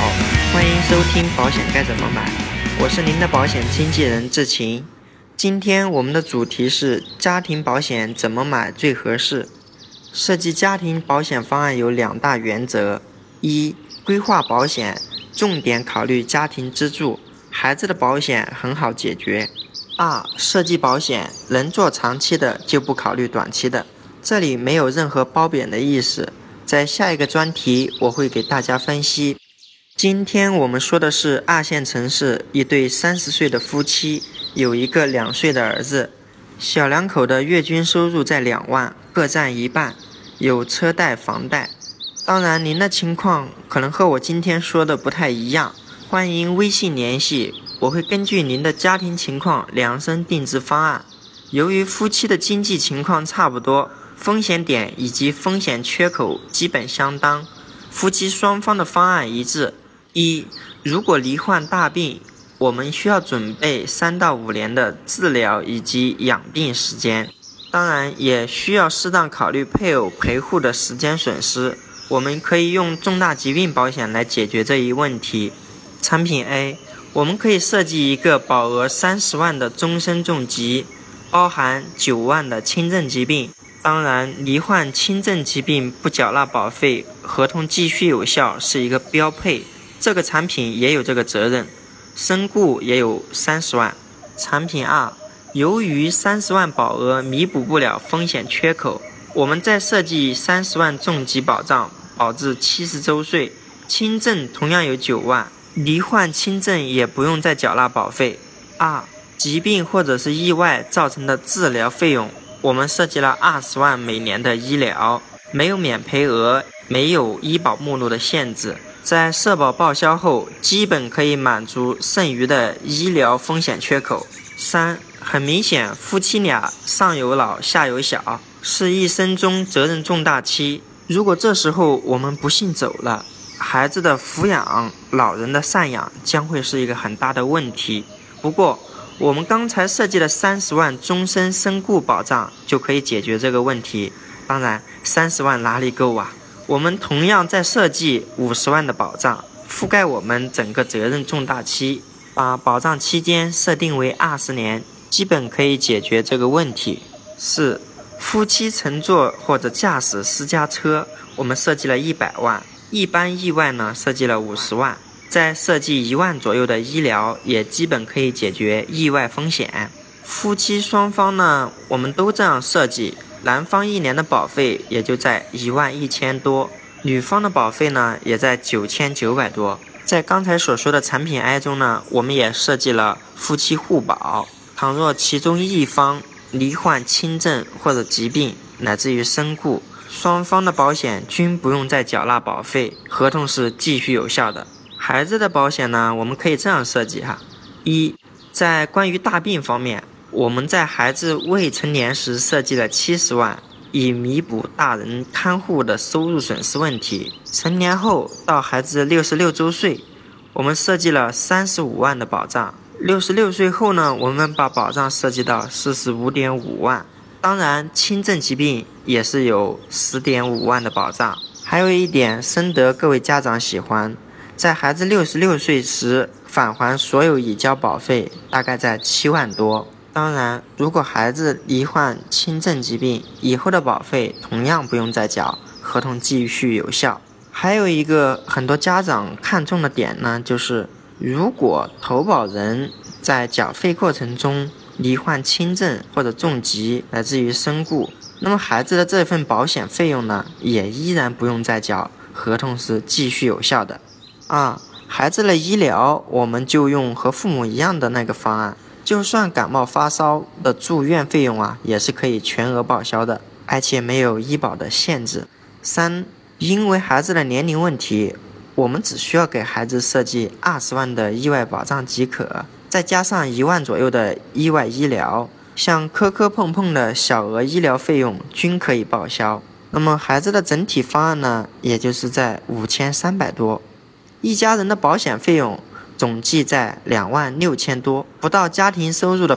好，欢迎收听保险该怎么买，我是您的保险经纪人志勤。今天我们的主题是家庭保险怎么买最合适。设计家庭保险方案有2大原则：一、规划保险，重点考虑家庭支柱，孩子的保险很好解决；二、设计保险，能做长期的就不考虑短期的，这里没有任何褒贬的意思。在下一个专题我会给大家分析。今天我们说的是2线城市一对30岁的夫妻，有一个2岁的儿子，小两口的月均收入在2万，各占一半，有车贷房贷。当然您的情况可能和我今天说的不太一样，欢迎微信联系，我会根据您的家庭情况量身定制方案。由于夫妻的经济情况差不多，风险点以及风险缺口基本相当，夫妻双方的方案一致。一、如果罹患大病，我们需要准备3到5年的治疗以及养病时间，当然也需要适当考虑配偶陪护的时间损失，我们可以用重大疾病保险来解决这一问题。产品 A， 我们可以设计一个保额30万的终身重疾，包含9万的轻症疾病，当然罹患轻症疾病不缴纳保费，合同继续有效是一个标配，这个产品也有这个责任。身故也有30万。产品2，由于30万保额弥补不了风险缺口，我们再设计30万重疾保障，保至70周岁，轻症同样有9万，罹患轻症也不用再缴纳保费。2，疾病或者是意外造成的治疗费用，我们设计了20万每年的医疗，没有免赔额，没有医保目录的限制，在社保报销后基本可以满足剩余的医疗风险缺口。3，很明显夫妻俩上有老下有小，是一生中责任重大期，如果这时候我们不幸走了，孩子的抚养、老人的赡养将会是一个很大的问题。不过我们刚才设计的30万终身身故保障就可以解决这个问题。当然30万哪里够啊，我们同样再设计50万的保障，覆盖我们整个责任重大期，把保障期间设定为20年，基本可以解决这个问题。4，夫妻乘坐或者驾驶私家车，我们设计了100万，一般意外呢设计了50万，再设计1万左右的医疗，也基本可以解决意外风险。夫妻双方呢，我们都这样设计，男方1年的保费也就在11000多，女方的保费呢也在9900多。在刚才所说的产品 I 中呢，我们也设计了夫妻互保，倘若其中一方罹患轻症或者疾病乃至于身故，双方的保险均不用再缴纳保费，合同是继续有效的。孩子的保险呢，我们可以这样设计哈。1，在关于大病方面，我们在孩子未成年时设计了70万，以弥补大人看护的收入损失问题。成年后到孩子66周岁，我们设计了35万的保障。66岁后呢，我们把保障设计到45.5万。当然轻症疾病也是有10.5万的保障。还有一点深得各位家长喜欢，在孩子66岁时返还所有已交保费，大概在7万多。当然如果孩子罹患轻症疾病，以后的保费同样不用再缴，合同继续有效。还有一个很多家长看重的点呢，就是如果投保人在缴费过程中罹患轻症或者重疾乃至于身故，那么孩子的这份保险费用呢，也依然不用再缴，合同是继续有效的。2，孩子的医疗我们就用和父母一样的那个方案，就算感冒发烧的住院费用啊，也是可以全额报销的，而且没有医保的限制。3，因为孩子的年龄问题，我们只需要给孩子设计20万的意外保障即可，再加上1万左右的意外医疗，像磕磕碰碰的小额医疗费用均可以报销。那么孩子的整体方案呢，也就是在5300多，一家人的保险费用总计在26000多，不到家庭收入的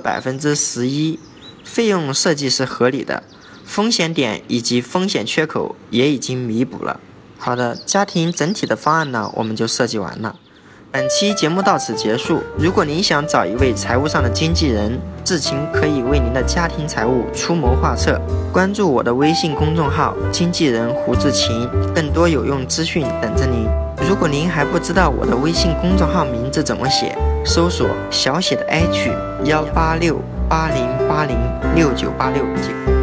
11%，费用设计是合理的，风险点以及风险缺口也已经弥补了。好的，家庭整体的方案呢，我们就设计完了。 本期节目到此结束。如果您想找一位财务上的经纪人，智勤可以为您的家庭财务出谋划策。关注我的微信公众号“经纪人胡智勤”，更多有用资讯等着您。如果您还不知道我的微信公众号名字怎么写，搜索小写的 H 18680806986。